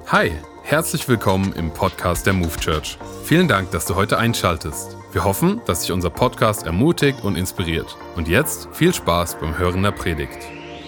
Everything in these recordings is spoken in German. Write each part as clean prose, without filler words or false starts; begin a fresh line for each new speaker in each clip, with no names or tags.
Hi, herzlich willkommen im Podcast der Move Church. Vielen Dank, dass du heute einschaltest. Wir hoffen, dass dich unser Podcast ermutigt und inspiriert. Und jetzt viel Spaß beim Hören der Predigt.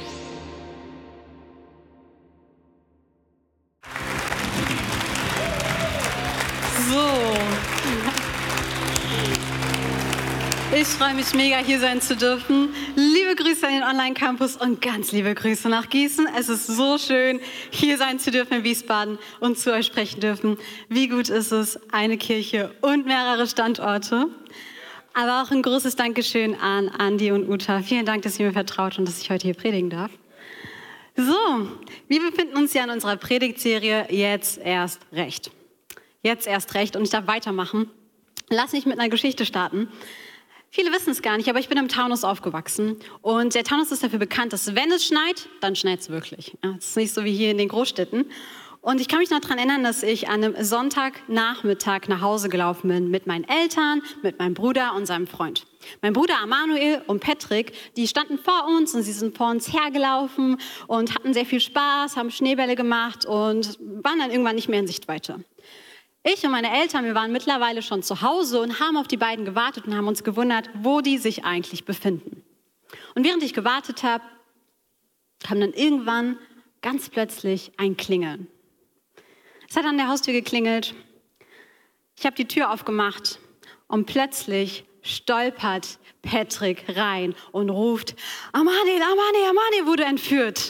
Ich freue mich mega, hier sein zu dürfen. Liebe Grüße an den Online-Campus und ganz liebe Grüße nach Gießen. Es ist so schön, hier sein zu dürfen in Wiesbaden und zu euch sprechen dürfen. Wie gut ist es, eine Kirche und mehrere Standorte. Aber auch ein großes Dankeschön an Andi und Uta. Vielen Dank, dass ihr mir vertraut und dass ich heute hier predigen darf. So, wir befinden uns ja in unserer Predigtserie Jetzt erst recht. Jetzt erst recht und ich darf weitermachen. Lass mich mit einer Geschichte starten. Viele wissen es gar nicht, aber ich bin im Taunus aufgewachsen und der Taunus ist dafür bekannt, dass wenn es schneit, dann schneit es wirklich. Ja, das ist nicht so wie hier in den Großstädten. Und ich kann mich noch daran erinnern, dass ich an einem Sonntagnachmittag nach Hause gelaufen bin mit meinen Eltern, mit meinem Bruder und seinem Freund. Mein Bruder Emanuel und Patrick, die standen vor uns und sie sind vor uns hergelaufen und hatten sehr viel Spaß, haben Schneebälle gemacht und waren dann irgendwann nicht mehr in Sichtweite. Ich und meine Eltern, wir waren mittlerweile schon zu Hause und haben auf die beiden gewartet und haben uns gewundert, wo die sich eigentlich befinden. Und während ich gewartet habe, kam dann irgendwann ganz plötzlich ein Klingeln. Es hat an der Haustür geklingelt. Ich habe die Tür aufgemacht und plötzlich stolpert Patrick rein und ruft, Amani wurde entführt.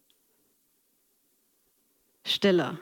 Stille.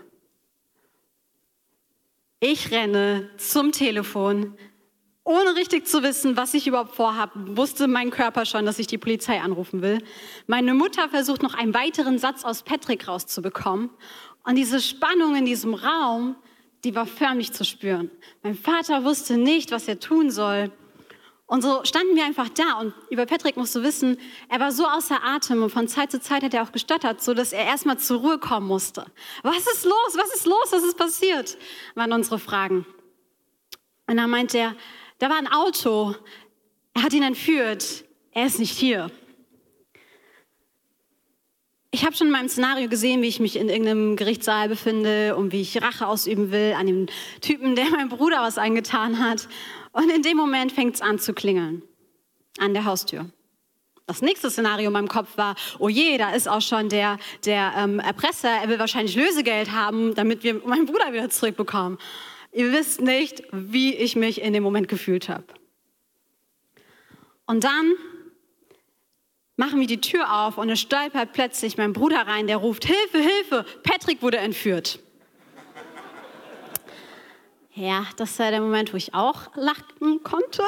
Ich renne zum Telefon, ohne richtig zu wissen, was ich überhaupt vorhabe, wusste mein Körper schon, dass ich die Polizei anrufen will. Meine Mutter versucht noch einen weiteren Satz aus Patrick rauszubekommen. Und diese Spannung in diesem Raum, die war förmlich zu spüren. Mein Vater wusste nicht, was er tun soll. Und so standen wir einfach da und über Patrick musst du wissen, er war so außer Atem und von Zeit zu Zeit hat er auch gestottert, so dass er erstmal zur Ruhe kommen musste. Was ist los? Was ist passiert? Waren unsere Fragen. Und dann meinte er, da war ein Auto, er hat ihn entführt, er ist nicht hier. Ich habe schon in meinem Szenario gesehen, wie ich mich in irgendeinem Gerichtssaal befinde und wie ich Rache ausüben will an dem Typen, der meinem Bruder was angetan hat. Und in dem Moment fängt es an zu klingeln an der Haustür. Das nächste Szenario in meinem Kopf war, oh je, da ist auch schon der Erpresser, er will wahrscheinlich Lösegeld haben, damit wir meinen Bruder wieder zurückbekommen. Ihr wisst nicht, wie ich mich in dem Moment gefühlt habe. Und dann machen wir die Tür auf und es stolpert plötzlich mein Bruder rein, der ruft, Hilfe, Hilfe, Patrick wurde entführt. Ja, das war der Moment, wo ich auch lachen konnte.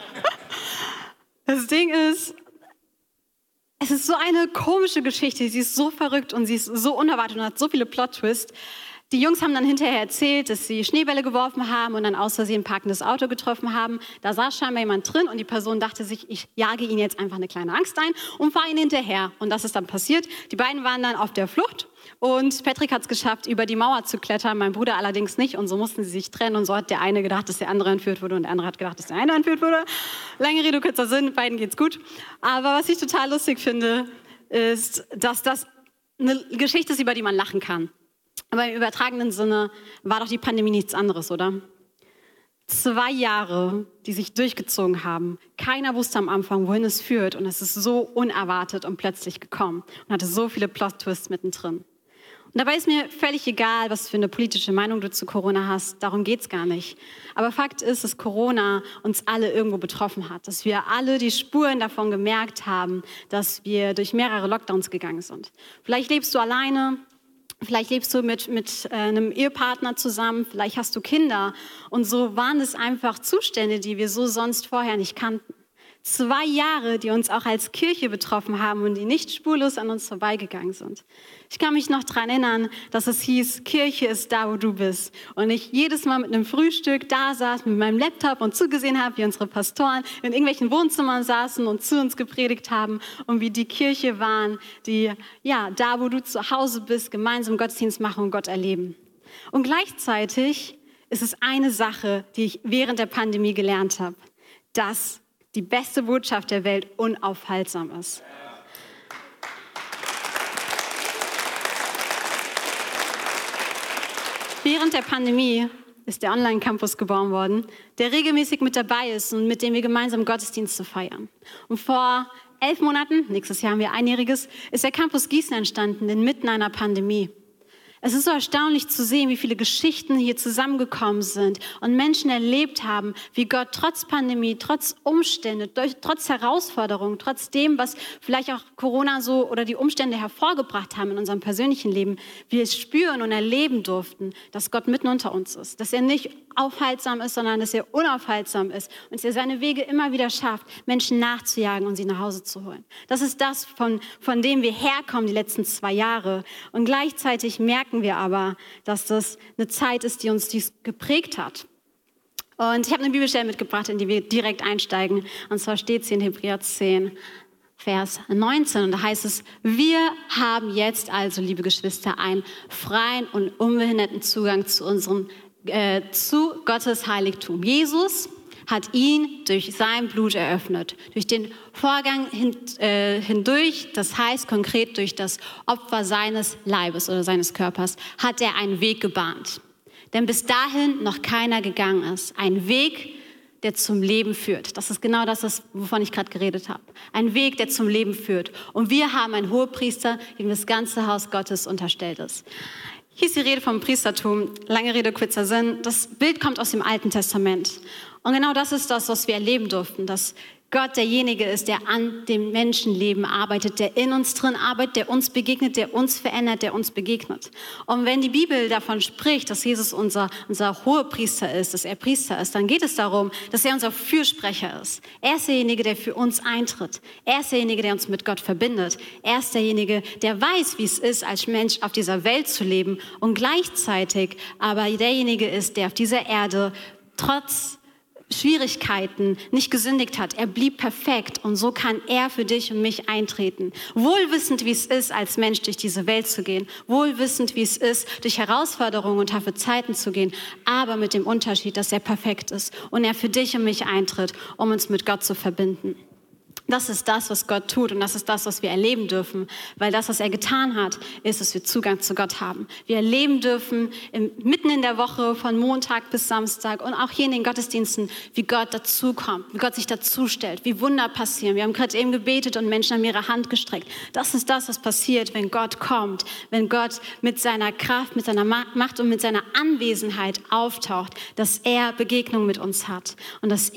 Das Ding ist, es ist so eine komische Geschichte, sie ist so verrückt und sie ist so unerwartet und hat so viele Plot-Twists. Die Jungs haben dann hinterher erzählt, dass sie Schneebälle geworfen haben und dann aus Versehen ein parkendes Auto getroffen haben. Da saß scheinbar jemand drin und die Person dachte sich, ich jage ihn jetzt einfach eine kleine Angst ein und fahre ihn hinterher. Und das ist dann passiert. Die beiden waren dann auf der Flucht und Patrick hat es geschafft, über die Mauer zu klettern, mein Bruder allerdings nicht. Und so mussten sie sich trennen und so hat der eine gedacht, dass der andere entführt wurde und der andere hat gedacht, dass der eine entführt wurde. Lange Rede, kurzer Sinn, beiden geht's gut. Aber was ich total lustig finde, ist, dass das eine Geschichte ist, über die man lachen kann. Aber im übertragenen Sinne war doch die Pandemie nichts anderes, oder? 2 Jahre, die sich durchgezogen haben. Keiner wusste am Anfang, wohin es führt. Und es ist so unerwartet und plötzlich gekommen. Und hatte so viele Plot-Twists mittendrin. Und dabei ist mir völlig egal, was für eine politische Meinung du zu Corona hast. Darum geht's gar nicht. Aber Fakt ist, dass Corona uns alle irgendwo betroffen hat. Dass wir alle die Spuren davon gemerkt haben, dass wir durch mehrere Lockdowns gegangen sind. Vielleicht lebst du alleine. Vielleicht lebst du mit einem Ehepartner zusammen, vielleicht hast du Kinder. Und so waren es einfach Zustände, die wir so sonst vorher nicht kannten. 2 Jahre, die uns auch als Kirche betroffen haben und die nicht spurlos an uns vorbeigegangen sind. Ich kann mich noch daran erinnern, dass es hieß, Kirche ist da, wo du bist. Und ich jedes Mal mit einem Frühstück da saß, mit meinem Laptop und zugesehen habe, wie unsere Pastoren in irgendwelchen Wohnzimmern saßen und zu uns gepredigt haben und wie die Kirche waren, die, ja, da, wo du zu Hause bist, gemeinsam Gottesdienst machen und Gott erleben. Und gleichzeitig ist es eine Sache, die ich während der Pandemie gelernt habe, dass die beste Botschaft der Welt unaufhaltsam ist. Während der Pandemie ist der Online-Campus geboren worden, der regelmäßig mit dabei ist und mit dem wir gemeinsam Gottesdienste feiern. Und vor 11 Monaten, nächstes Jahr haben wir Einjähriges, ist der Campus Gießen entstanden, inmitten einer Pandemie. Es ist so erstaunlich zu sehen, wie viele Geschichten hier zusammengekommen sind und Menschen erlebt haben, wie Gott trotz Pandemie, trotz Umstände, trotz Herausforderungen, trotz dem, was vielleicht auch Corona so oder die Umstände hervorgebracht haben in unserem persönlichen Leben, wir es spüren und erleben durften, dass Gott mitten unter uns ist, dass er nicht aufhaltsam ist, sondern dass er unaufhaltsam ist und dass er seine Wege immer wieder schafft, Menschen nachzujagen und sie nach Hause zu holen. Das ist das, von dem wir herkommen die letzten 2 Jahre. Und gleichzeitig merken wir aber, dass das eine Zeit ist, die uns dies geprägt hat. Und ich habe eine Bibelstelle mitgebracht, in die wir direkt einsteigen. Und zwar steht sie in Hebräer 10, Vers 19. Und da heißt es, wir haben jetzt also, liebe Geschwister, einen freien und unbehinderten Zugang zu Gottes Heiligtum. Jesus hat ihn durch sein Blut eröffnet, durch den Vorgang hindurch, das heißt konkret durch das Opfer seines Leibes oder seines Körpers, hat er einen Weg gebahnt. Denn bis dahin noch keiner gegangen ist. Ein Weg, der zum Leben führt. Das ist genau das, wovon ich gerade geredet habe. Ein Weg, der zum Leben führt. Und wir haben einen Hohepriester, dem das ganze Haus Gottes unterstellt ist. Hier ist die Rede vom Priestertum. Lange Rede, kurzer Sinn. Das Bild kommt aus dem Alten Testament. Und genau das ist das, was wir erleben durften, dass Gott derjenige ist, der an dem Menschenleben arbeitet, der in uns drin arbeitet, der uns begegnet, der uns verändert, der uns begegnet. Und wenn die Bibel davon spricht, dass Jesus unser Hohepriester ist, dass er Priester ist, dann geht es darum, dass er unser Fürsprecher ist. Er ist derjenige, der für uns eintritt. Er ist derjenige, der uns mit Gott verbindet. Er ist derjenige, der weiß, wie es ist, als Mensch auf dieser Welt zu leben und gleichzeitig aber derjenige ist, der auf dieser Erde trotz Schwierigkeiten nicht gesündigt hat. Er blieb perfekt und so kann er für dich und mich eintreten. Wohlwissend, wie es ist, als Mensch durch diese Welt zu gehen. Wohlwissend, wie es ist, durch Herausforderungen und taffe Zeiten zu gehen. Aber mit dem Unterschied, dass er perfekt ist und er für dich und mich eintritt, um uns mit Gott zu verbinden. Das ist das, was Gott tut und das ist das, was wir erleben dürfen, weil das, was er getan hat, ist, dass wir Zugang zu Gott haben. Wir erleben dürfen, mitten in der Woche von Montag bis Samstag und auch hier in den Gottesdiensten, wie Gott dazukommt, wie Gott sich dazustellt, wie Wunder passieren. Wir haben gerade eben gebetet und Menschen haben ihre Hand gestreckt. Das ist das, was passiert, wenn Gott kommt, wenn Gott mit seiner Kraft, mit seiner Macht und mit seiner Anwesenheit auftaucht, dass er Begegnung mit uns hat und dass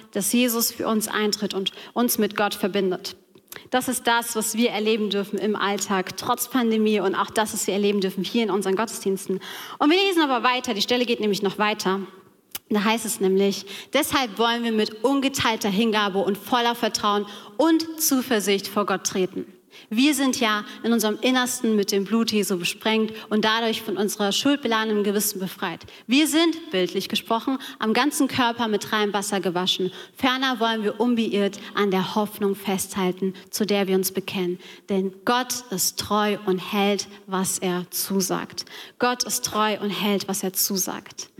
Jesus für uns eintritt und uns mit Gott verbindet. Das ist das, was wir erleben dürfen im Alltag, trotz Pandemie und auch das, was wir erleben dürfen hier in unseren Gottesdiensten. Und wir lesen aber weiter, die Stelle geht nämlich noch weiter. Da heißt es nämlich, deshalb wollen wir mit ungeteilter Hingabe und voller Vertrauen und Zuversicht vor Gott treten. Wir sind ja in unserem Innersten mit dem Blut Jesu besprengt und dadurch von unserer schuldbeladenen Gewissen befreit. Wir sind, bildlich gesprochen, am ganzen Körper mit reinem Wasser gewaschen. Ferner wollen wir unbeirrt an der Hoffnung festhalten, zu der wir uns bekennen. Denn Gott ist treu und hält, was er zusagt. Gott ist treu und hält, was er zusagt.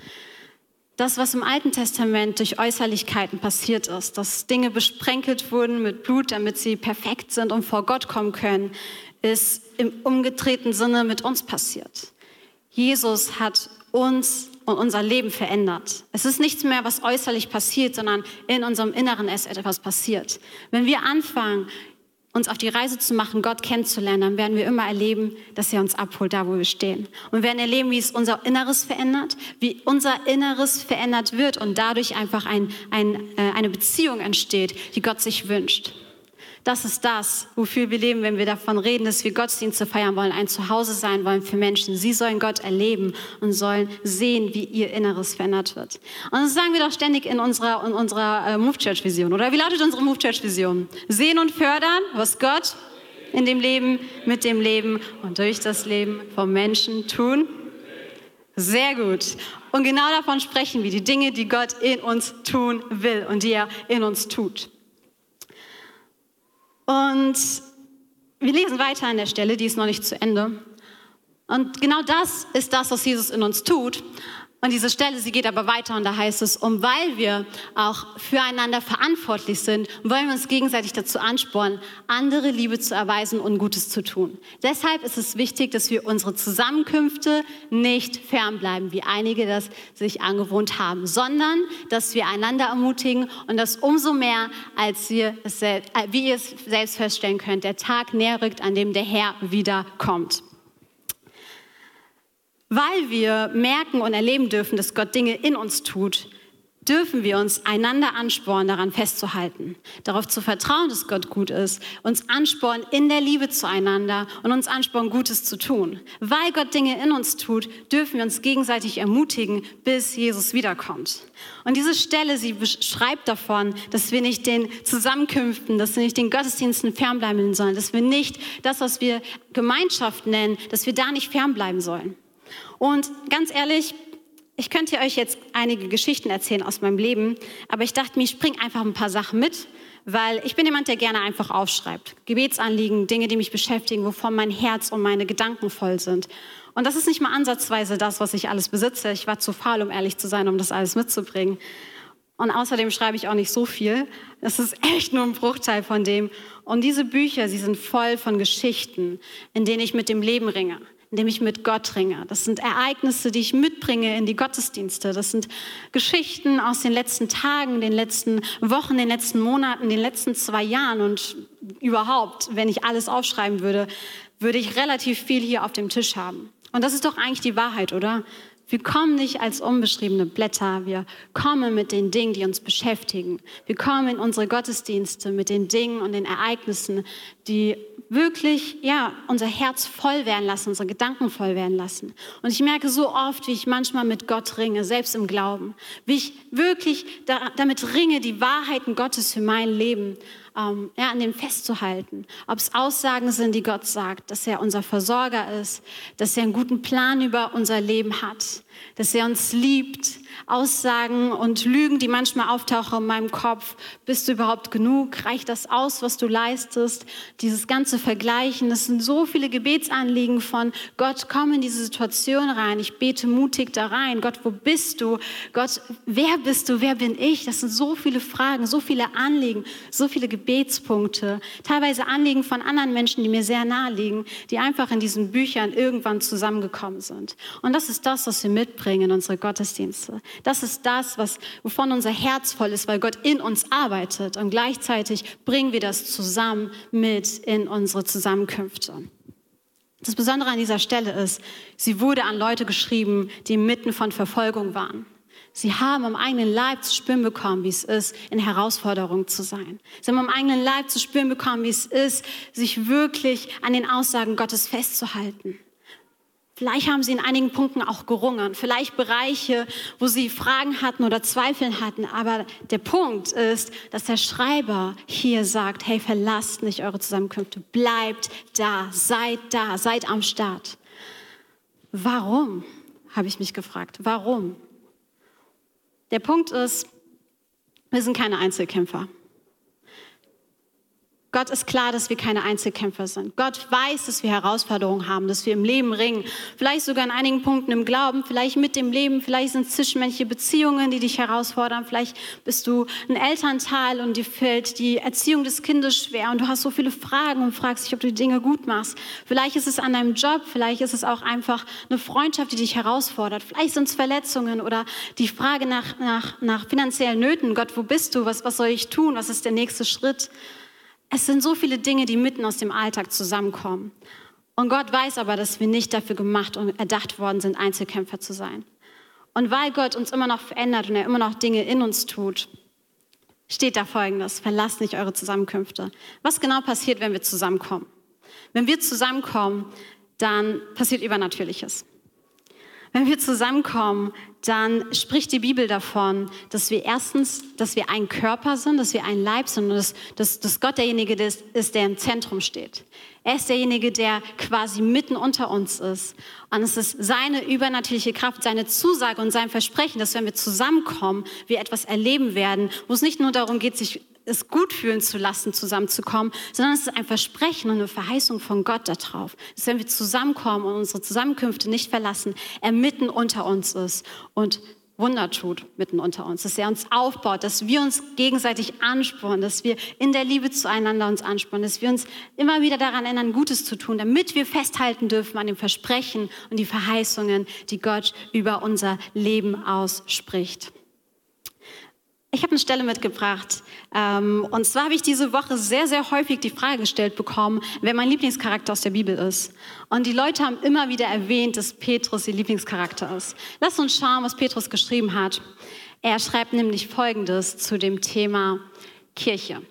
Das, was im Alten Testament durch Äußerlichkeiten passiert ist, dass Dinge besprenkelt wurden mit Blut, damit sie perfekt sind und vor Gott kommen können, ist im umgedrehten Sinne mit uns passiert. Jesus hat uns und unser Leben verändert. Es ist nichts mehr, was äußerlich passiert, sondern in unserem Inneren ist etwas passiert. Wenn wir anfangen, uns auf die Reise zu machen, Gott kennenzulernen, dann werden wir immer erleben, dass er uns abholt, da wo wir stehen. Und wir werden erleben, wie es unser Inneres verändert, wie unser Inneres verändert wird und dadurch einfach eine Beziehung entsteht, die Gott sich wünscht. Das ist das, wofür wir leben, wenn wir davon reden, dass wir Gottesdienste feiern wollen, ein Zuhause sein wollen für Menschen. Sie sollen Gott erleben und sollen sehen, wie ihr Inneres verändert wird. Und das sagen wir doch ständig in unserer Move Church Vision. Oder wie lautet unsere Move Church Vision? Sehen und fördern, was Gott in dem Leben, mit dem Leben und durch das Leben vom Menschen tun. Sehr gut. Und genau davon sprechen wir, die Dinge, die Gott in uns tun will und die er in uns tut. Und wir lesen weiter an der Stelle, die ist noch nicht zu Ende. Und genau das ist das, was Jesus in uns tut. Und diese Stelle, sie geht aber weiter und da heißt es, weil wir auch füreinander verantwortlich sind, wollen wir uns gegenseitig dazu anspornen, andere Liebe zu erweisen und Gutes zu tun. Deshalb ist es wichtig, dass wir unsere Zusammenkünfte nicht fernbleiben, wie einige das sich angewohnt haben, sondern dass wir einander ermutigen und das umso mehr, als wie ihr es selbst feststellen könnt, der Tag näher rückt, an dem der Herr wiederkommt. Weil wir merken und erleben dürfen, dass Gott Dinge in uns tut, dürfen wir uns einander anspornen, daran festzuhalten, darauf zu vertrauen, dass Gott gut ist, uns anspornen in der Liebe zueinander und uns anspornen, Gutes zu tun. Weil Gott Dinge in uns tut, dürfen wir uns gegenseitig ermutigen, bis Jesus wiederkommt. Und diese Stelle, sie beschreibt davon, dass wir nicht den Zusammenkünften, dass wir nicht den Gottesdiensten fernbleiben sollen, dass wir nicht das, was wir Gemeinschaft nennen, dass wir da nicht fernbleiben sollen. Und ganz ehrlich, ich könnte euch jetzt einige Geschichten erzählen aus meinem Leben, aber ich dachte mir, ich bringe einfach ein paar Sachen mit, weil ich bin jemand, der gerne einfach aufschreibt. Gebetsanliegen, Dinge, die mich beschäftigen, wovon mein Herz und meine Gedanken voll sind. Und das ist nicht mal ansatzweise das, was ich alles besitze. Ich war zu faul, um ehrlich zu sein, um das alles mitzubringen. Und außerdem schreibe ich auch nicht so viel. Das ist echt nur ein Bruchteil von dem. Und diese Bücher, sie sind voll von Geschichten, in denen ich mit dem Leben ringe, indem ich mit Gott ringe. Das sind Ereignisse, die ich mitbringe in die Gottesdienste. Das sind Geschichten aus den letzten Tagen, den letzten Wochen, den letzten Monaten, den letzten 2 Jahren. Und überhaupt, wenn ich alles aufschreiben würde, würde ich relativ viel hier auf dem Tisch haben. Und das ist doch eigentlich die Wahrheit, oder? Wir kommen nicht als unbeschriebene Blätter, wir kommen mit den Dingen, die uns beschäftigen. Wir kommen in unsere Gottesdienste mit den Dingen und den Ereignissen, die wirklich unser Herz voll werden lassen, unsere Gedanken voll werden lassen. Und ich merke so oft, wie ich manchmal mit Gott ringe, selbst im Glauben, wie ich wirklich damit ringe, die Wahrheiten Gottes für mein Leben an dem festzuhalten. Ob es Aussagen sind, die Gott sagt, dass er unser Versorger ist, dass er einen guten Plan über unser Leben hat, dass er uns liebt, Aussagen und Lügen, die manchmal auftauchen in meinem Kopf. Bist du überhaupt genug? Reicht das aus, was du leistest? Dieses ganze Vergleichen, das sind so viele Gebetsanliegen von Gott, komm in diese Situation rein. Ich bete mutig da rein. Gott, wo bist du? Gott, wer bist du? Wer bin ich? Das sind so viele Fragen, so viele Anliegen, so viele Gebetspunkte. Teilweise Anliegen von anderen Menschen, die mir sehr nahe liegen, die einfach in diesen Büchern irgendwann zusammengekommen sind. Und das ist das, was wir mitbringen in unsere Gottesdienste. Das ist das, wovon unser Herz voll ist, weil Gott in uns arbeitet. Und gleichzeitig bringen wir das zusammen mit in unsere Zusammenkünfte. Das Besondere an dieser Stelle ist, sie wurde an Leute geschrieben, die inmitten von Verfolgung waren. Sie haben am eigenen Leib zu spüren bekommen, wie es ist, in Herausforderungen zu sein. Sie haben am eigenen Leib zu spüren bekommen, wie es ist, sich wirklich an den Aussagen Gottes festzuhalten. Vielleicht haben sie in einigen Punkten auch gerungen, vielleicht Bereiche, wo sie Fragen hatten oder Zweifel hatten. Aber der Punkt ist, dass der Schreiber hier sagt, hey, verlasst nicht eure Zusammenkünfte, bleibt da, seid am Start. Warum, habe ich mich gefragt, warum? Der Punkt ist, wir sind keine Einzelkämpfer. Gott ist klar, dass wir keine Einzelkämpfer sind. Gott weiß, dass wir Herausforderungen haben, dass wir im Leben ringen. Vielleicht sogar in einigen Punkten im Glauben, vielleicht mit dem Leben, vielleicht sind es zwischenmenschliche Beziehungen, die dich herausfordern. Vielleicht bist du ein Elternteil und dir fällt die Erziehung des Kindes schwer und du hast so viele Fragen und fragst dich, ob du die Dinge gut machst. Vielleicht ist es an deinem Job, vielleicht ist es auch einfach eine Freundschaft, die dich herausfordert. Vielleicht sind es Verletzungen oder die Frage nach finanziellen Nöten. Gott, wo bist du? Was soll ich tun? Was ist der nächste Schritt? Es sind so viele Dinge, die mitten aus dem Alltag zusammenkommen. Und Gott weiß aber, dass wir nicht dafür gemacht und erdacht worden sind, Einzelkämpfer zu sein. Und weil Gott uns immer noch verändert und er immer noch Dinge in uns tut, steht da Folgendes: Verlasst nicht eure Zusammenkünfte. Was genau passiert, wenn wir zusammenkommen? Wenn wir zusammenkommen, dann passiert Übernatürliches. Wenn wir zusammenkommen, dann spricht die Bibel davon, dass wir ein Körper sind, dass wir ein Leib sind und dass Gott derjenige ist, der im Zentrum steht. Er ist derjenige, der quasi mitten unter uns ist. Und es ist seine übernatürliche Kraft, seine Zusage und sein Versprechen, dass wenn wir zusammenkommen, wir etwas erleben werden, wo es nicht nur darum geht, sich es gut fühlen zu lassen, zusammenzukommen, sondern es ist ein Versprechen und eine Verheißung von Gott darauf, dass wenn wir zusammenkommen und unsere Zusammenkünfte nicht verlassen, er mitten unter uns ist und Wunder tut mitten unter uns, dass er uns aufbaut, dass wir uns gegenseitig anspornen, dass wir in der Liebe zueinander uns anspornen, dass wir uns immer wieder daran erinnern, Gutes zu tun, damit wir festhalten dürfen an dem Versprechen und die Verheißungen, die Gott über unser Leben ausspricht. Ich habe eine Stelle mitgebracht und zwar habe ich diese Woche sehr, sehr häufig die Frage gestellt bekommen, wer mein Lieblingscharakter aus der Bibel ist. Und die Leute haben immer wieder erwähnt, dass Petrus ihr Lieblingscharakter ist. Lasst uns schauen, was Petrus geschrieben hat. Er schreibt nämlich Folgendes zu dem Thema Kirche.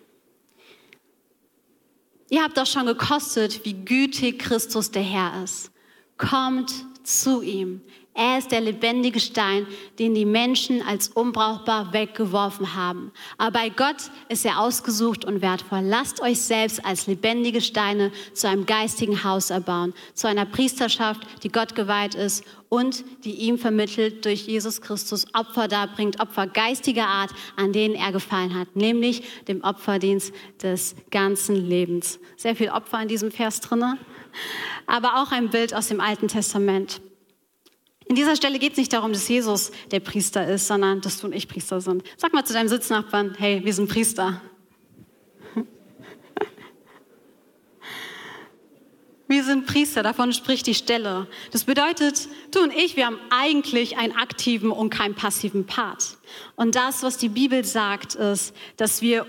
Ihr habt doch schon gekostet, wie gütig Christus der Herr ist. Kommt zu ihm. Er ist der lebendige Stein, den die Menschen als unbrauchbar weggeworfen haben. Aber bei Gott ist er ausgesucht und wertvoll. Lasst euch selbst als lebendige Steine zu einem geistigen Haus erbauen, zu einer Priesterschaft, die Gott geweiht ist und die ihm vermittelt durch Jesus Christus Opfer darbringt, Opfer geistiger Art, an denen er gefallen hat, nämlich dem Opferdienst des ganzen Lebens. Sehr viel Opfer in diesem Vers drin, aber auch ein Bild aus dem Alten Testament. In dieser Stelle geht es nicht darum, dass Jesus der Priester ist, sondern dass du und ich Priester sind. Sag mal zu deinem Sitznachbarn, hey, wir sind Priester. Wir sind Priester, davon spricht die Stelle. Das bedeutet, du und ich, wir haben eigentlich einen aktiven und keinen passiven Part. Und das, was die Bibel sagt, ist, dass wir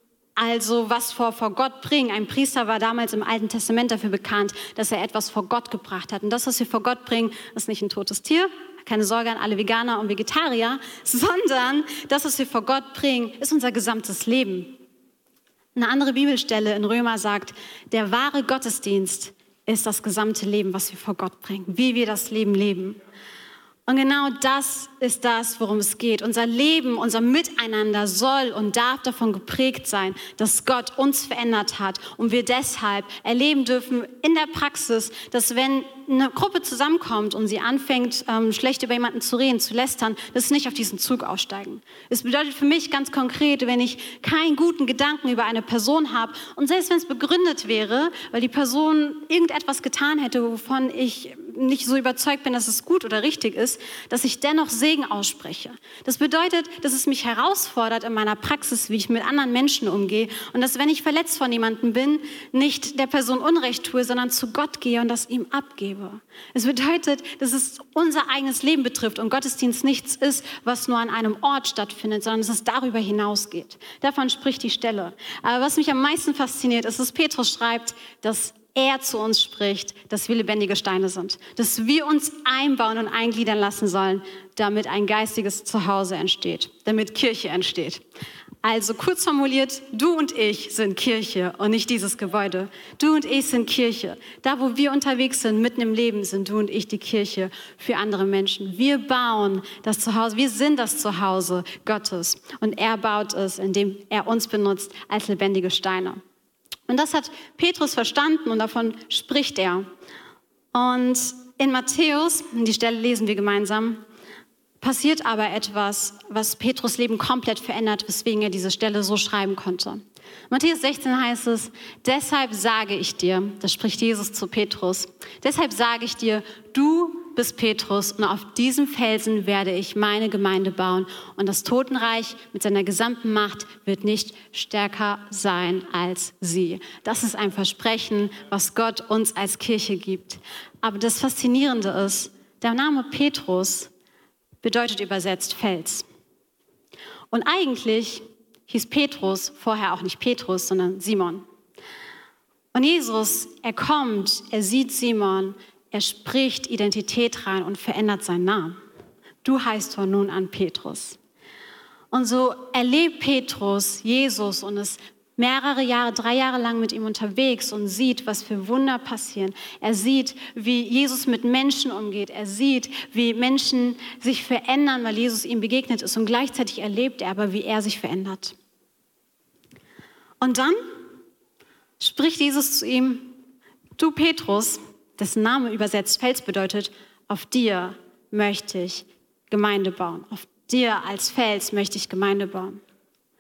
also was vor Gott bringen. Ein Priester war damals im Alten Testament dafür bekannt, dass er etwas vor Gott gebracht hat. Und das, was wir vor Gott bringen, ist nicht ein totes Tier. Keine Sorge an alle Veganer und Vegetarier, sondern das, was wir vor Gott bringen, ist unser gesamtes Leben. Eine andere Bibelstelle in Römer sagt, der wahre Gottesdienst ist das gesamte Leben, was wir vor Gott bringen, wie wir das Leben leben. Und genau das ist das, worum es geht. Unser Leben, unser Miteinander soll und darf davon geprägt sein, dass Gott uns verändert hat und wir deshalb erleben dürfen in der Praxis, dass wenn eine Gruppe zusammenkommt und sie anfängt, schlecht über jemanden zu reden, zu lästern, dass sie nicht auf diesen Zug aussteigen. Es bedeutet für mich ganz konkret, wenn ich keinen guten Gedanken über eine Person habe und selbst wenn es begründet wäre, weil die Person irgendetwas getan hätte, wovon ich nicht so überzeugt bin, dass es gut oder richtig ist, dass ich dennoch Segen ausspreche. Das bedeutet, dass es mich herausfordert in meiner Praxis, wie ich mit anderen Menschen umgehe und dass, wenn ich verletzt von jemandem bin, nicht der Person Unrecht tue, sondern zu Gott gehe und das ihm abgebe. Es bedeutet, dass es unser eigenes Leben betrifft und Gottesdienst nichts ist, was nur an einem Ort stattfindet, sondern dass es darüber hinausgeht. Davon spricht die Stelle. Aber was mich am meisten fasziniert, ist, dass Petrus schreibt, dass er zu uns spricht, dass wir lebendige Steine sind, dass wir uns einbauen und eingliedern lassen sollen, damit ein geistiges Zuhause entsteht, damit Kirche entsteht. Also kurz formuliert, du und ich sind Kirche und nicht dieses Gebäude. Du und ich sind Kirche. Da, wo wir unterwegs sind, mitten im Leben, sind du und ich die Kirche für andere Menschen. Wir bauen das Zuhause, wir sind das Zuhause Gottes und er baut es, indem er uns benutzt als lebendige Steine. Und das hat Petrus verstanden und davon spricht er. Und in Matthäus, die Stelle lesen wir gemeinsam, passiert aber etwas, was Petrus Leben komplett verändert, weswegen er diese Stelle so schreiben konnte. Matthäus 16 heißt es, deshalb sage ich dir, das spricht Jesus zu Petrus, deshalb sage ich dir, du bist Petrus und auf diesem Felsen werde ich meine Gemeinde bauen und das Totenreich mit seiner gesamten Macht wird nicht stärker sein als sie. Das ist ein Versprechen, was Gott uns als Kirche gibt. Aber das Faszinierende ist, der Name Petrus bedeutet übersetzt Fels. Und eigentlich hieß Petrus vorher auch nicht Petrus, sondern Simon. Und Jesus, er kommt, er sieht Simon, er spricht Identität rein und verändert seinen Namen. Du heißt von nun an Petrus. Und so erlebt Petrus Jesus und ist mehrere Jahre, 3 Jahre lang mit ihm unterwegs und sieht, was für Wunder passieren. Er sieht, wie Jesus mit Menschen umgeht. Er sieht, wie Menschen sich verändern, weil Jesus ihm begegnet ist. Und gleichzeitig erlebt er aber, wie er sich verändert. Und dann spricht Jesus zu ihm, du Petrus, dessen Name übersetzt Fels bedeutet, auf dir möchte ich Gemeinde bauen. Auf dir als Fels möchte ich Gemeinde bauen.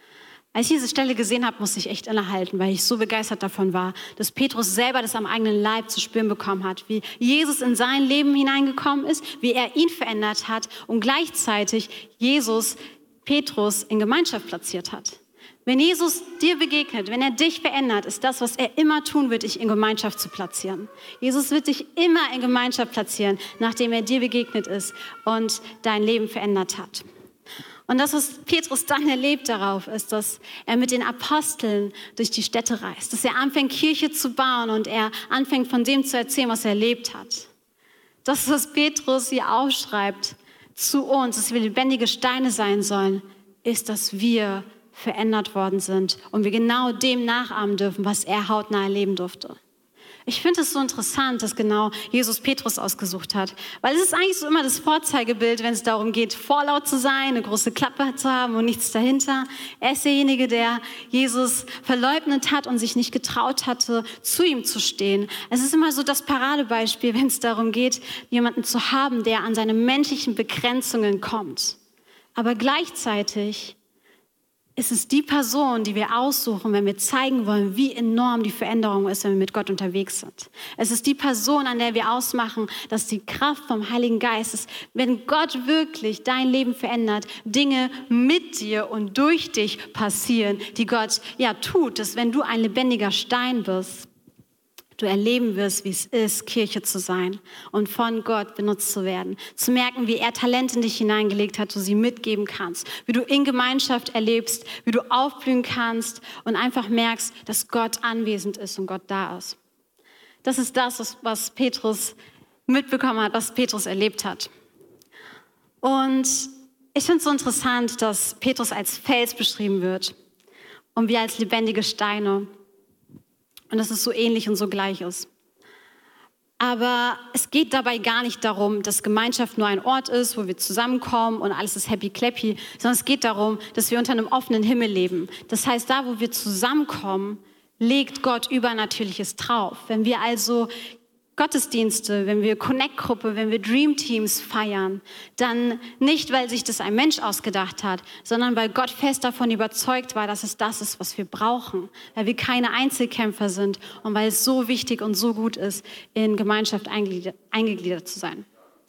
Als ich diese Stelle gesehen habe, musste ich echt innehalten, weil ich so begeistert davon war, dass Petrus selber das am eigenen Leib zu spüren bekommen hat, wie Jesus in sein Leben hineingekommen ist, wie er ihn verändert hat und gleichzeitig Jesus Petrus in Gemeinschaft platziert hat. Wenn Jesus dir begegnet, wenn er dich verändert, ist das, was er immer tun wird, dich in Gemeinschaft zu platzieren. Jesus wird dich immer in Gemeinschaft platzieren, nachdem er dir begegnet ist und dein Leben verändert hat. Und das, was Petrus dann erlebt darauf, ist, dass er mit den Aposteln durch die Städte reist, dass er anfängt, Kirche zu bauen und er anfängt, von dem zu erzählen, was er erlebt hat. Das, was Petrus hier aufschreibt zu uns, dass wir lebendige Steine sein sollen, ist, dass wir verändert worden sind und wir genau dem nachahmen dürfen, was er hautnah erleben durfte. Ich finde es so interessant, dass genau Jesus Petrus ausgesucht hat, weil es ist eigentlich so immer das Vorzeigebild, wenn es darum geht, vorlaut zu sein, eine große Klappe zu haben und nichts dahinter. Er ist derjenige, der Jesus verleugnet hat und sich nicht getraut hatte, zu ihm zu stehen. Es ist immer so das Paradebeispiel, wenn es darum geht, jemanden zu haben, der an seine menschlichen Begrenzungen kommt. Aber gleichzeitig ist es die Person, die wir aussuchen, wenn wir zeigen wollen, wie enorm die Veränderung ist, wenn wir mit Gott unterwegs sind. Es ist die Person, an der wir ausmachen, dass die Kraft vom Heiligen Geist ist, wenn Gott wirklich dein Leben verändert, Dinge mit dir und durch dich passieren, die Gott tut, dass wenn du ein lebendiger Stein bist, du erleben wirst, wie es ist, Kirche zu sein und von Gott benutzt zu werden. Zu merken, wie er Talente in dich hineingelegt hat, du sie mitgeben kannst. Wie du in Gemeinschaft erlebst, wie du aufblühen kannst und einfach merkst, dass Gott anwesend ist und Gott da ist. Das ist das, was Petrus mitbekommen hat, was Petrus erlebt hat. Und ich finde es so interessant, dass Petrus als Fels beschrieben wird und wir als lebendige Steine. Und dass es so ähnlich und so gleich ist. Aber es geht dabei gar nicht darum, dass Gemeinschaft nur ein Ort ist, wo wir zusammenkommen und alles ist happy-clappy, sondern es geht darum, dass wir unter einem offenen Himmel leben. Das heißt, da, wo wir zusammenkommen, legt Gott Übernatürliches drauf. Wenn wir also Gottesdienste, wenn wir Connect-Gruppe, wenn wir Dream Teams feiern, dann nicht, weil sich das ein Mensch ausgedacht hat, sondern weil Gott fest davon überzeugt war, dass es das ist, was wir brauchen, weil wir keine Einzelkämpfer sind und weil es so wichtig und so gut ist, in Gemeinschaft eingegliedert zu sein.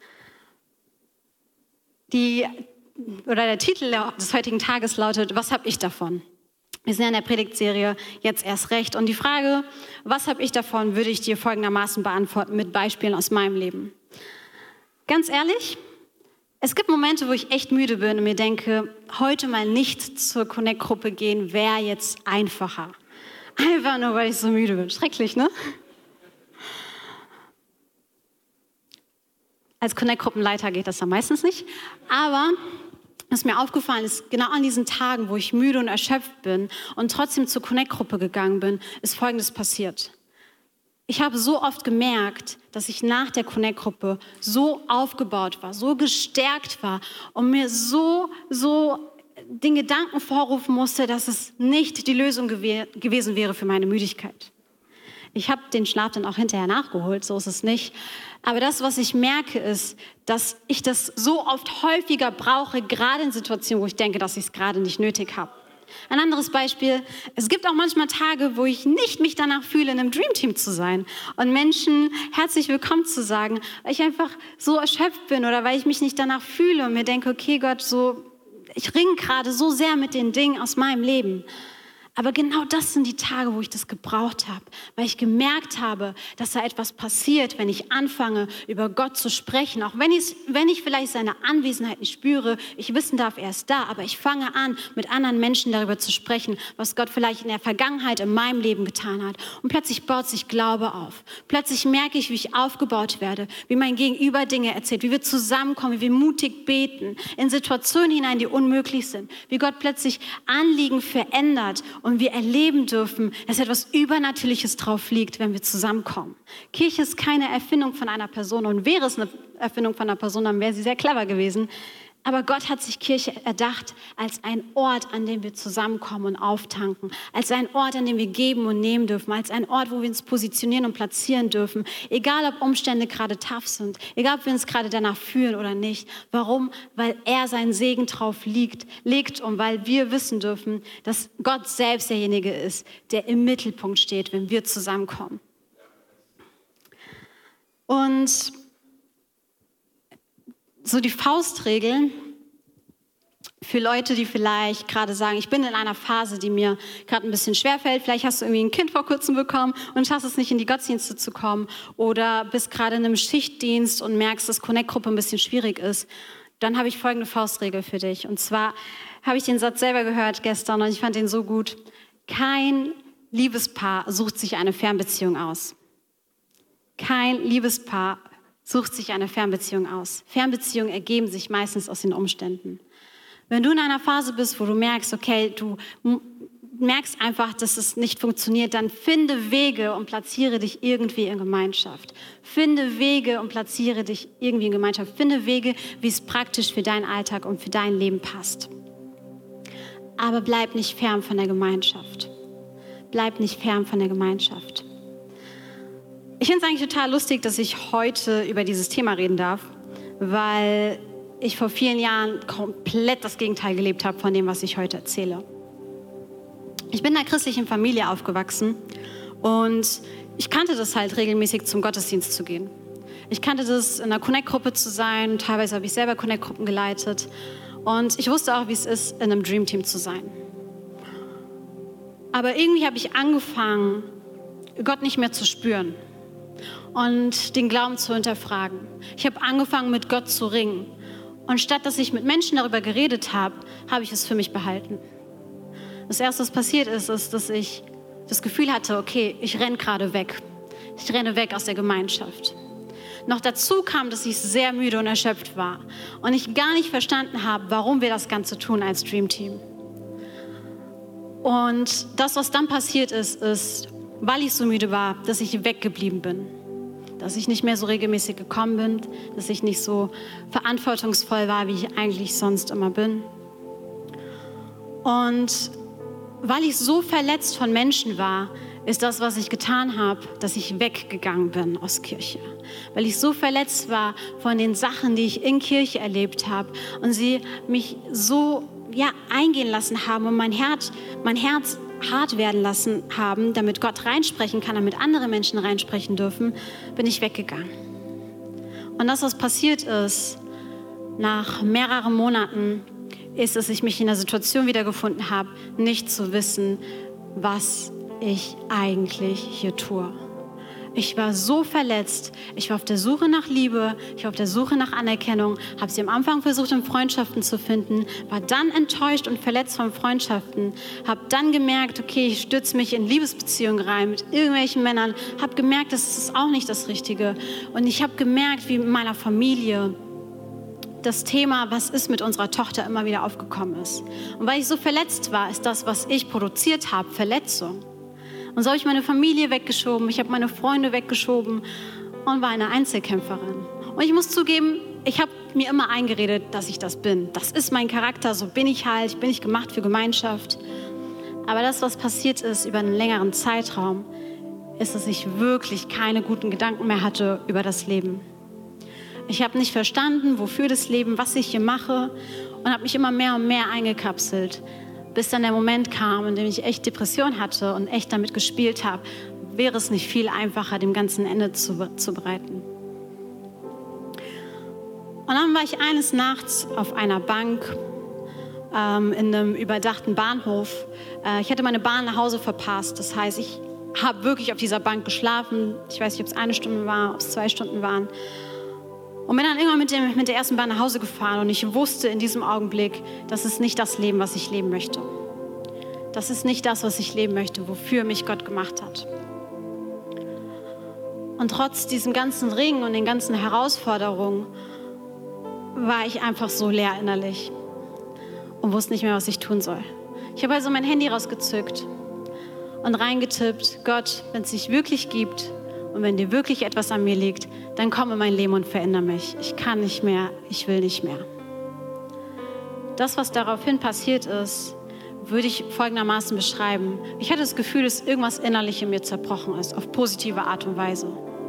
Der Titel des heutigen Tages lautet, was habe ich davon? Wir sind ja in der Predigtserie jetzt erst recht. Und die Frage, was habe ich davon, würde ich dir folgendermaßen beantworten mit Beispielen aus meinem Leben. Ganz ehrlich, es gibt Momente, wo ich echt müde bin und mir denke, heute mal nicht zur Connect-Gruppe gehen, wäre jetzt einfacher. Einfach nur, weil ich so müde bin. Schrecklich, ne? Als Connect-Gruppenleiter geht das dann meistens nicht. Aber was mir aufgefallen ist, genau an diesen Tagen, wo ich müde und erschöpft bin und trotzdem zur Connect-Gruppe gegangen bin, ist Folgendes passiert. Ich habe so oft gemerkt, dass ich nach der Connect-Gruppe so aufgebaut war, so gestärkt war und mir so den Gedanken vorrufen musste, dass es nicht die Lösung gewesen wäre für meine Müdigkeit. Ich habe den Schlaf dann auch hinterher nachgeholt, so ist es nicht. Aber das, was ich merke, ist, dass ich das so oft häufiger brauche, gerade in Situationen, wo ich denke, dass ich es gerade nicht nötig habe. Ein anderes Beispiel, es gibt auch manchmal Tage, wo ich nicht mich danach fühle, in einem Dreamteam zu sein und Menschen herzlich willkommen zu sagen, weil ich einfach so erschöpft bin oder weil ich mich nicht danach fühle und mir denke, okay Gott, ich ringe gerade so sehr mit den Dingen aus meinem Leben. Aber genau das sind die Tage, wo ich das gebraucht habe, weil ich gemerkt habe, dass da etwas passiert, wenn ich anfange, über Gott zu sprechen. Auch wenn ich vielleicht seine Anwesenheit nicht spüre, ich wissen darf, er ist da, aber ich fange an, mit anderen Menschen darüber zu sprechen, was Gott vielleicht in der Vergangenheit in meinem Leben getan hat. Und plötzlich baut sich Glaube auf. Plötzlich merke ich, wie ich aufgebaut werde, wie mein Gegenüber Dinge erzählt, wie wir zusammenkommen, wie wir mutig beten, in Situationen hinein, die unmöglich sind, wie Gott plötzlich Anliegen verändert und wir erleben dürfen, dass etwas Übernatürliches drauf liegt, wenn wir zusammenkommen. Kirche ist keine Erfindung von einer Person und wäre es eine Erfindung von einer Person, dann wäre sie sehr clever gewesen. Aber Gott hat sich Kirche erdacht als ein Ort, an dem wir zusammenkommen und auftanken, als ein Ort, an dem wir geben und nehmen dürfen, als ein Ort, wo wir uns positionieren und platzieren dürfen, egal ob Umstände gerade tough sind, egal ob wir uns gerade danach fühlen oder nicht. Warum? Weil er seinen Segen drauf legt und weil wir wissen dürfen, dass Gott selbst derjenige ist, der im Mittelpunkt steht, wenn wir zusammenkommen. Und so die Faustregel für Leute, die vielleicht gerade sagen, ich bin in einer Phase, die mir gerade ein bisschen schwerfällt. Vielleicht hast du irgendwie ein Kind vor kurzem bekommen und schaffst es nicht, in die Gottesdienste zu kommen. Oder bist gerade in einem Schichtdienst und merkst, dass Connect-Gruppe ein bisschen schwierig ist. Dann habe ich folgende Faustregel für dich. Und zwar habe ich den Satz selber gehört gestern und ich fand den so gut. Kein Liebespaar sucht sich eine Fernbeziehung aus. Kein Liebespaar sucht sich eine Fernbeziehung aus. Fernbeziehungen ergeben sich meistens aus den Umständen. Wenn du in einer Phase bist, wo du merkst, okay, du merkst einfach, dass es nicht funktioniert, dann finde Wege und platziere dich irgendwie in Gemeinschaft. Finde Wege und platziere dich irgendwie in Gemeinschaft. Finde Wege, wie es praktisch für deinen Alltag und für dein Leben passt. Aber bleib nicht fern von der Gemeinschaft. Bleib nicht fern von der Gemeinschaft. Ich finde es eigentlich total lustig, dass ich heute über dieses Thema reden darf, weil ich vor vielen Jahren komplett das Gegenteil gelebt habe von dem, was ich heute erzähle. Ich bin in einer christlichen Familie aufgewachsen und ich kannte das halt regelmäßig zum Gottesdienst zu gehen. Ich kannte das, in einer Connect-Gruppe zu sein, teilweise habe ich selber Connect-Gruppen geleitet und ich wusste auch, wie es ist, in einem Dream-Team zu sein. Aber irgendwie habe ich angefangen, Gott nicht mehr zu spüren und den Glauben zu hinterfragen. Ich habe angefangen, mit Gott zu ringen. Und statt dass ich mit Menschen darüber geredet habe, habe ich es für mich behalten. Das Erste, was passiert ist, dass ich das Gefühl hatte, okay, ich renne gerade weg. Ich renne weg aus der Gemeinschaft. Noch dazu kam, dass ich sehr müde und erschöpft war und ich gar nicht verstanden habe, warum wir das Ganze tun als Dream Team. Und das, was dann passiert ist, weil ich so müde war, dass ich weggeblieben bin. Dass ich nicht mehr so regelmäßig gekommen bin, dass ich nicht so verantwortungsvoll war, wie ich eigentlich sonst immer bin. Und weil ich so verletzt von Menschen war, ist das, was ich getan habe, dass ich weggegangen bin aus Kirche. Weil ich so verletzt war von den Sachen, die ich in Kirche erlebt habe und sie mich so eingehen lassen haben und mein Herz hart werden lassen haben, damit Gott reinsprechen kann, damit andere Menschen reinsprechen dürfen, bin ich weggegangen. Und das, was passiert ist, nach mehreren Monaten, ist, dass ich mich in einer Situation wiedergefunden habe, nicht zu wissen, was ich eigentlich hier tue. Ich war so verletzt, ich war auf der Suche nach Liebe, ich war auf der Suche nach Anerkennung, habe sie am Anfang versucht, in Freundschaften zu finden, war dann enttäuscht und verletzt von Freundschaften, habe dann gemerkt, okay, ich stürze mich in Liebesbeziehungen rein mit irgendwelchen Männern, habe gemerkt, das ist auch nicht das Richtige. Und ich habe gemerkt, wie in meiner Familie das Thema, was ist mit unserer Tochter, immer wieder aufgekommen ist. Und weil ich so verletzt war, ist das, was ich produziert habe, Verletzung. Und so habe ich meine Familie weggeschoben, ich habe meine Freunde weggeschoben und war eine Einzelkämpferin. Und ich muss zugeben, ich habe mir immer eingeredet, dass ich das bin. Das ist mein Charakter, so bin ich halt, ich bin nicht gemacht für Gemeinschaft. Aber das, was passiert ist über einen längeren Zeitraum, ist, dass ich wirklich keine guten Gedanken mehr hatte über das Leben. Ich habe nicht verstanden, wofür das Leben, was ich hier mache und habe mich immer mehr und mehr eingekapselt. Bis dann der Moment kam, in dem ich echt Depression hatte und echt damit gespielt habe, wäre es nicht viel einfacher, dem ganzen Ende zu bereiten. Und dann war ich eines Nachts auf einer Bank in einem überdachten Bahnhof. Ich hatte meine Bahn nach Hause verpasst. Das heißt, ich habe wirklich auf dieser Bank geschlafen. Ich weiß nicht, ob es 1 Stunde war, ob es 2 Stunden waren. Und bin dann irgendwann mit der ersten Bahn nach Hause gefahren und ich wusste in diesem Augenblick, das ist nicht das Leben, was ich leben möchte. Das ist nicht das, was ich leben möchte, wofür mich Gott gemacht hat. Und trotz diesem ganzen Ringen und den ganzen Herausforderungen war ich einfach so leer innerlich und wusste nicht mehr, was ich tun soll. Ich habe also mein Handy rausgezückt und reingetippt, Gott, wenn es dich wirklich gibt, und wenn dir wirklich etwas an mir liegt, dann komm in mein Leben und verändere mich. Ich kann nicht mehr, ich will nicht mehr. Das, was daraufhin passiert ist, würde ich folgendermaßen beschreiben. Ich hatte das Gefühl, dass irgendwas innerlich in mir zerbrochen ist, auf positive Art und Weise.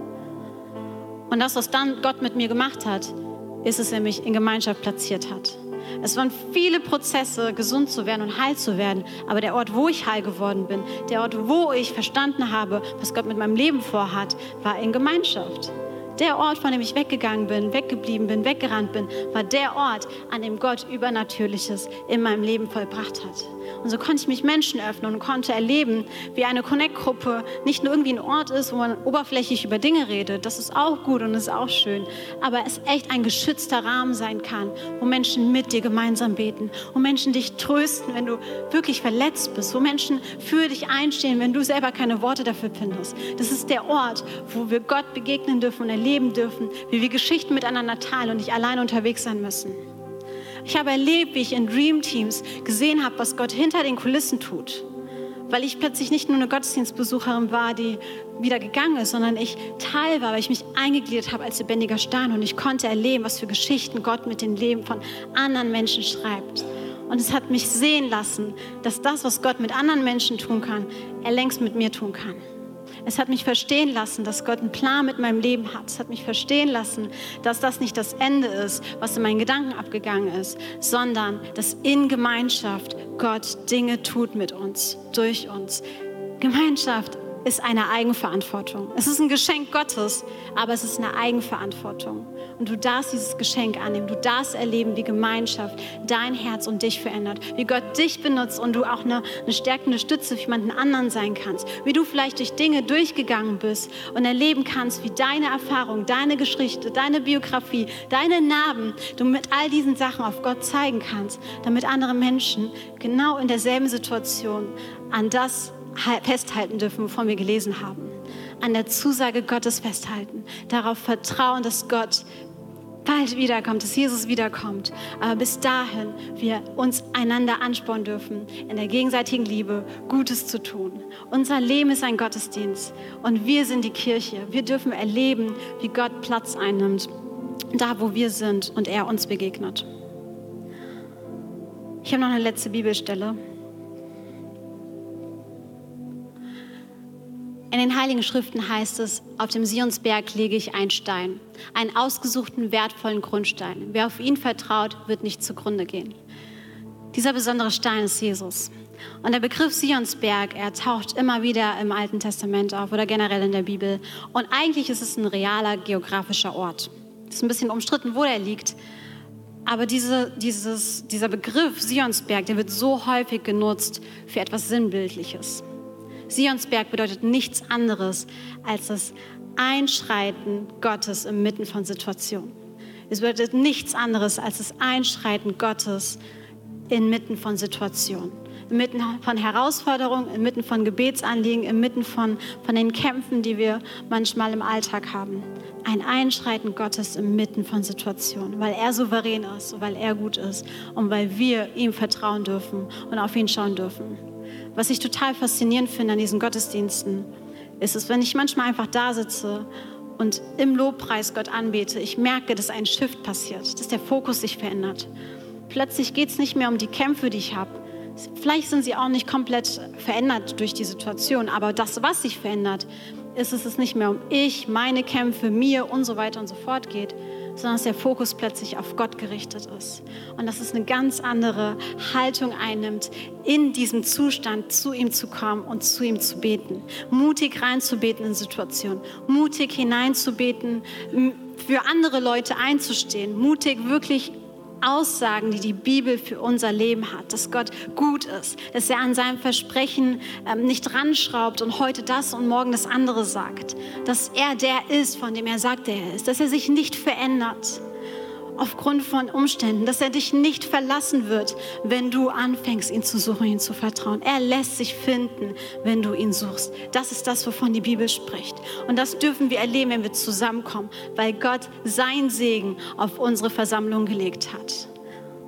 Und das, was dann Gott mit mir gemacht hat, ist, dass er mich in Gemeinschaft platziert hat. Es waren viele Prozesse, gesund zu werden und heil zu werden. Aber der Ort, wo ich heil geworden bin, der Ort, wo ich verstanden habe, was Gott mit meinem Leben vorhat, war in Gemeinschaft. Der Ort, von dem ich weggegangen bin, weggeblieben bin, weggerannt bin, war der Ort, an dem Gott Übernatürliches in meinem Leben vollbracht hat. Und so konnte ich mich Menschen öffnen und konnte erleben, wie eine Connect-Gruppe nicht nur irgendwie ein Ort ist, wo man oberflächlich über Dinge redet. Das ist auch gut und ist auch schön. Aber es echt ein geschützter Rahmen sein kann, wo Menschen mit dir gemeinsam beten, wo Menschen dich trösten, wenn du wirklich verletzt bist, wo Menschen für dich einstehen, wenn du selber keine Worte dafür findest. Das ist der Ort, wo wir Gott begegnen dürfen und erleben dürfen, wie wir Geschichten miteinander teilen und nicht alleine unterwegs sein müssen. Ich habe erlebt, wie ich in Dream Teams gesehen habe, was Gott hinter den Kulissen tut. Weil ich plötzlich nicht nur eine Gottesdienstbesucherin war, die wieder gegangen ist, sondern ich Teil war, weil ich mich eingegliedert habe als lebendiger Stein und ich konnte erleben, was für Geschichten Gott mit den Leben von anderen Menschen schreibt. Und es hat mich sehen lassen, dass das, was Gott mit anderen Menschen tun kann, er längst mit mir tun kann. Es hat mich verstehen lassen, dass Gott einen Plan mit meinem Leben hat. Es hat mich verstehen lassen, dass das nicht das Ende ist, was in meinen Gedanken abgegangen ist, sondern dass in Gemeinschaft Gott Dinge tut mit uns, durch uns. Gemeinschaft ist eine Eigenverantwortung. Es ist ein Geschenk Gottes, aber es ist eine Eigenverantwortung. Und du darfst dieses Geschenk annehmen. Du darfst erleben, wie Gemeinschaft dein Herz und dich verändert. Wie Gott dich benutzt und du auch eine stärkende Stütze für jemanden anderen sein kannst. Wie du vielleicht durch Dinge durchgegangen bist und erleben kannst, wie deine Erfahrung, deine Geschichte, deine Biografie, deine Narben, du mit all diesen Sachen auf Gott zeigen kannst, damit andere Menschen genau in derselben Situation an das festhalten dürfen, wovon wir gelesen haben. An der Zusage Gottes festhalten. Darauf vertrauen, dass Gott bald wiederkommt, dass Jesus wiederkommt. Aber bis dahin wir uns einander anspornen dürfen, in der gegenseitigen Liebe Gutes zu tun. Unser Leben ist ein Gottesdienst und wir sind die Kirche. Wir dürfen erleben, wie Gott Platz einnimmt, da wo wir sind und er uns begegnet. Ich habe noch eine letzte Bibelstelle. In den Heiligen Schriften heißt es, auf dem Sionsberg lege ich einen Stein, einen ausgesuchten, wertvollen Grundstein. Wer auf ihn vertraut, wird nicht zugrunde gehen. Dieser besondere Stein ist Jesus. Und der Begriff Sionsberg, er taucht immer wieder im Alten Testament auf oder generell in der Bibel. Und eigentlich ist es ein realer geografischer Ort. Es ist ein bisschen umstritten, wo der liegt. Aber dieser Begriff Sionsberg, der wird so häufig genutzt für etwas Sinnbildliches. Sionsberg bedeutet nichts anderes als das Einschreiten Gottes inmitten von Situationen. Es bedeutet nichts anderes als das Einschreiten Gottes inmitten von Situationen. Inmitten von Herausforderungen, inmitten von Gebetsanliegen, inmitten von den Kämpfen, die wir manchmal im Alltag haben. Ein Einschreiten Gottes inmitten von Situationen, weil er souverän ist, weil er gut ist und weil wir ihm vertrauen dürfen und auf ihn schauen dürfen. Was ich total faszinierend finde an diesen Gottesdiensten, ist es, wenn ich manchmal einfach da sitze und im Lobpreis Gott anbete, ich merke, dass ein Shift passiert, dass der Fokus sich verändert. Plötzlich geht es nicht mehr um die Kämpfe, die ich habe. Vielleicht sind sie auch nicht komplett verändert durch die Situation, aber das, was sich verändert, ist es nicht mehr um ich, meine Kämpfe, mir und so weiter und so fort geht, sondern dass der Fokus plötzlich auf Gott gerichtet ist. Und dass es eine ganz andere Haltung einnimmt, in diesem Zustand zu ihm zu kommen und zu ihm zu beten. Mutig reinzubeten in Situationen, mutig hineinzubeten, für andere Leute einzustehen, mutig wirklich Aussagen, die die Bibel für unser Leben hat, dass Gott gut ist, dass er an seinem Versprechen nicht ranschraubt und heute das und morgen das andere sagt, dass er der ist, von dem er sagt, der er ist, dass er sich nicht verändert aufgrund von Umständen, dass er dich nicht verlassen wird, wenn du anfängst, ihn zu suchen, ihm zu vertrauen. Er lässt sich finden, wenn du ihn suchst. Das ist das, wovon die Bibel spricht. Und das dürfen wir erleben, wenn wir zusammenkommen, weil Gott seinen Segen auf unsere Versammlung gelegt hat.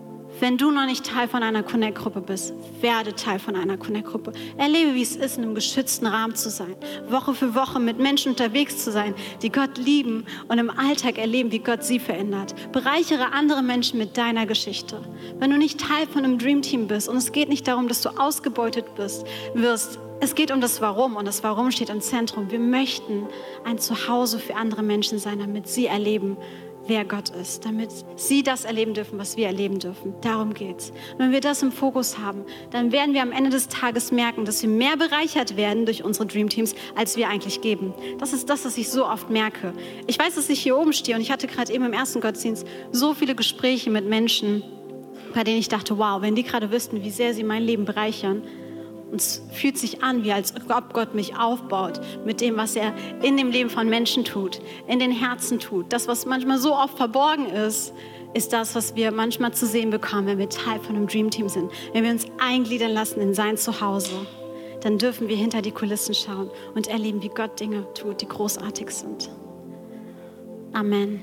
Wenn du noch nicht Teil von einer Connect-Gruppe bist, werde Teil von einer Connect-Gruppe. Erlebe, wie es ist, in einem geschützten Rahmen zu sein. Woche für Woche mit Menschen unterwegs zu sein, die Gott lieben und im Alltag erleben, wie Gott sie verändert. Bereichere andere Menschen mit deiner Geschichte. Wenn du nicht Teil von einem Dream-Team bist und es geht nicht darum, dass du ausgebeutet wirst, es geht um das Warum und das Warum steht im Zentrum. Wir möchten ein Zuhause für andere Menschen sein, damit sie erleben, wer Gott ist, damit sie das erleben dürfen, was wir erleben dürfen. Darum geht's. Und wenn wir das im Fokus haben, dann werden wir am Ende des Tages merken, dass wir mehr bereichert werden durch unsere Dreamteams, als wir eigentlich geben. Das ist das, was ich so oft merke. Ich weiß, dass ich hier oben stehe und ich hatte gerade eben im ersten Gottesdienst so viele Gespräche mit Menschen, bei denen ich dachte, wow, wenn die gerade wüssten, wie sehr sie mein Leben bereichern. Und es fühlt sich an, wie als ob Gott mich aufbaut mit dem, was er in dem Leben von Menschen tut, in den Herzen tut. Das, was manchmal so oft verborgen ist, ist das, was wir manchmal zu sehen bekommen, wenn wir Teil von einem Dreamteam sind. Wenn wir uns eingliedern lassen in sein Zuhause, dann dürfen wir hinter die Kulissen schauen und erleben, wie Gott Dinge tut, die großartig sind. Amen.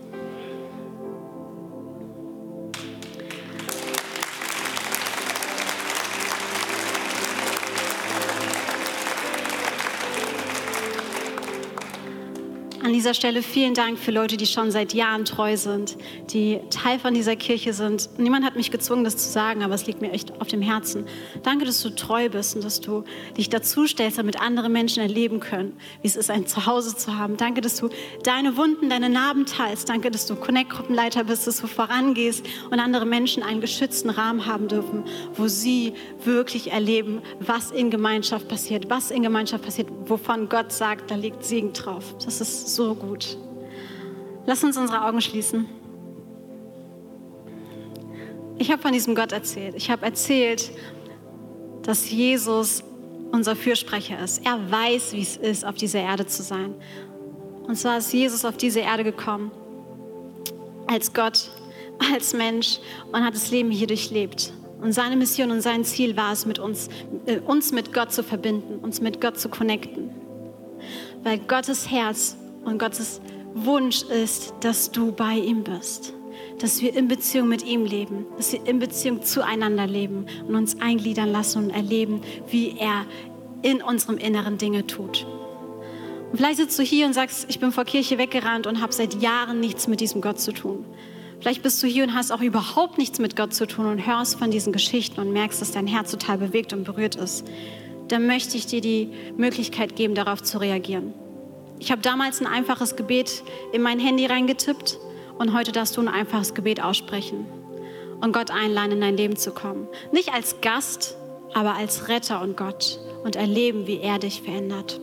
An dieser Stelle vielen Dank für Leute, die schon seit Jahren treu sind, die Teil von dieser Kirche sind. Niemand hat mich gezwungen, das zu sagen, aber es liegt mir echt auf dem Herzen. Danke, dass du treu bist und dass du dich dazu stellst, damit andere Menschen erleben können, wie es ist, ein Zuhause zu haben. Danke, dass du deine Wunden, deine Narben teilst. Danke, dass du Connect-Gruppenleiter bist, dass du vorangehst und andere Menschen einen geschützten Rahmen haben dürfen, wo sie wirklich erleben, was in Gemeinschaft passiert, wovon Gott sagt, da liegt Segen drauf. Das ist so gut. Lass uns unsere Augen schließen. Ich habe von diesem Gott erzählt. Ich habe erzählt, dass Jesus unser Fürsprecher ist. Er weiß, wie es ist, auf dieser Erde zu sein. Und zwar ist Jesus auf diese Erde gekommen, als Gott, als Mensch und hat das Leben hier durchlebt. Und seine Mission und sein Ziel war es, uns mit Gott zu verbinden, uns mit Gott zu connecten. Weil Gottes Herz und Gottes Wunsch ist, dass du bei ihm bist. Dass wir in Beziehung mit ihm leben. Dass wir in Beziehung zueinander leben und uns eingliedern lassen und erleben, wie er in unserem Inneren Dinge tut. Und vielleicht sitzt du hier und sagst, ich bin vor Kirche weggerannt und habe seit Jahren nichts mit diesem Gott zu tun. Vielleicht bist du hier und hast auch überhaupt nichts mit Gott zu tun und hörst von diesen Geschichten und merkst, dass dein Herz total bewegt und berührt ist. Dann möchte ich dir die Möglichkeit geben, darauf zu reagieren. Ich habe damals ein einfaches Gebet in mein Handy reingetippt und heute darfst du ein einfaches Gebet aussprechen und Gott einladen, in dein Leben zu kommen. Nicht als Gast, aber als Retter und Gott und erleben, wie er dich verändert.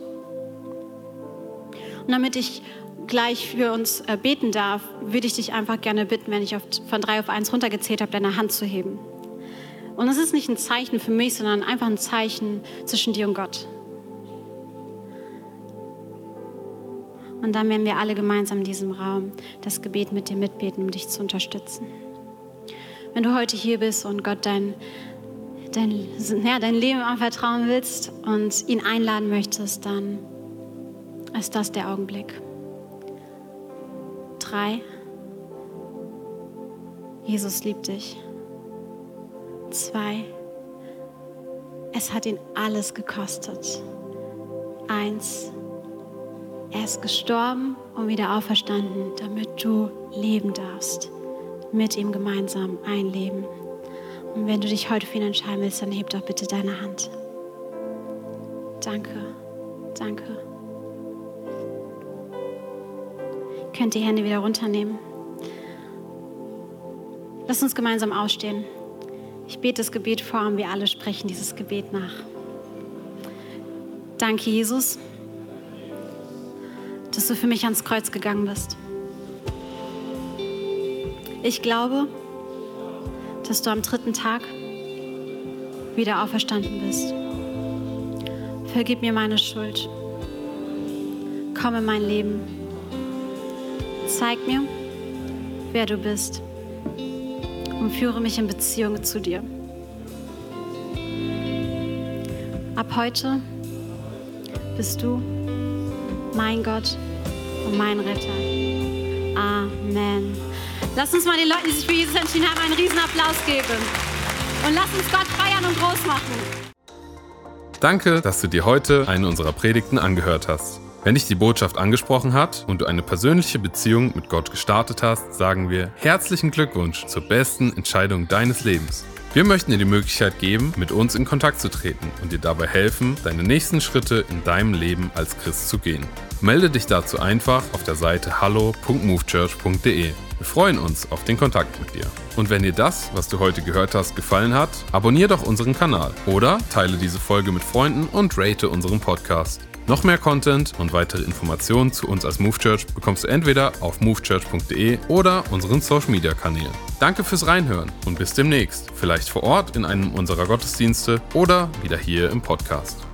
Und damit ich gleich für uns beten darf, würde ich dich einfach gerne bitten, wenn ich von 3 auf 1 runtergezählt habe, deine Hand zu heben. Und es ist nicht ein Zeichen für mich, sondern einfach ein Zeichen zwischen dir und Gott. Und dann werden wir alle gemeinsam in diesem Raum das Gebet mit dir mitbeten, um dich zu unterstützen. Wenn du heute hier bist und Gott dein Leben anvertrauen willst und ihn einladen möchtest, dann ist das der Augenblick. 3. Jesus liebt dich. 2. Es hat ihn alles gekostet. 1. Er ist gestorben und wieder auferstanden, damit du leben darfst. Mit ihm gemeinsam ein Leben. Und wenn du dich heute für ihn entscheiden willst, dann heb doch bitte deine Hand. Danke, danke. Ihr könnt die Hände wieder runternehmen. Lass uns gemeinsam aufstehen. Ich bete das Gebet vor und wir alle sprechen dieses Gebet nach. Danke, Jesus, dass du für mich ans Kreuz gegangen bist. Ich glaube, dass du am 3. Tag wieder auferstanden bist. Vergib mir meine Schuld. Komm in mein Leben. Zeig mir, wer du bist und führe mich in Beziehung zu dir. Ab heute bist du mein Gott und mein Retter. Amen. Lass uns mal den Leuten, die sich für Jesus entschieden haben, einen riesen Applaus geben. Und lass uns Gott feiern und groß machen.
Danke, dass du dir heute eine unserer Predigten angehört hast. Wenn dich die Botschaft angesprochen hat und du eine persönliche Beziehung mit Gott gestartet hast, sagen wir herzlichen Glückwunsch zur besten Entscheidung deines Lebens. Wir möchten dir die Möglichkeit geben, mit uns in Kontakt zu treten und dir dabei helfen, deine nächsten Schritte in deinem Leben als Christ zu gehen. Melde dich dazu einfach auf der Seite hallo.movechurch.de. Wir freuen uns auf den Kontakt mit dir. Und wenn dir das, was du heute gehört hast, gefallen hat, abonniere doch unseren Kanal oder teile diese Folge mit Freunden und rate unseren Podcast. Noch mehr Content und weitere Informationen zu uns als Move Church bekommst du entweder auf movechurch.de oder unseren Social Media Kanälen. Danke fürs Reinhören und bis demnächst. Vielleicht vor Ort in einem unserer Gottesdienste oder wieder hier im Podcast.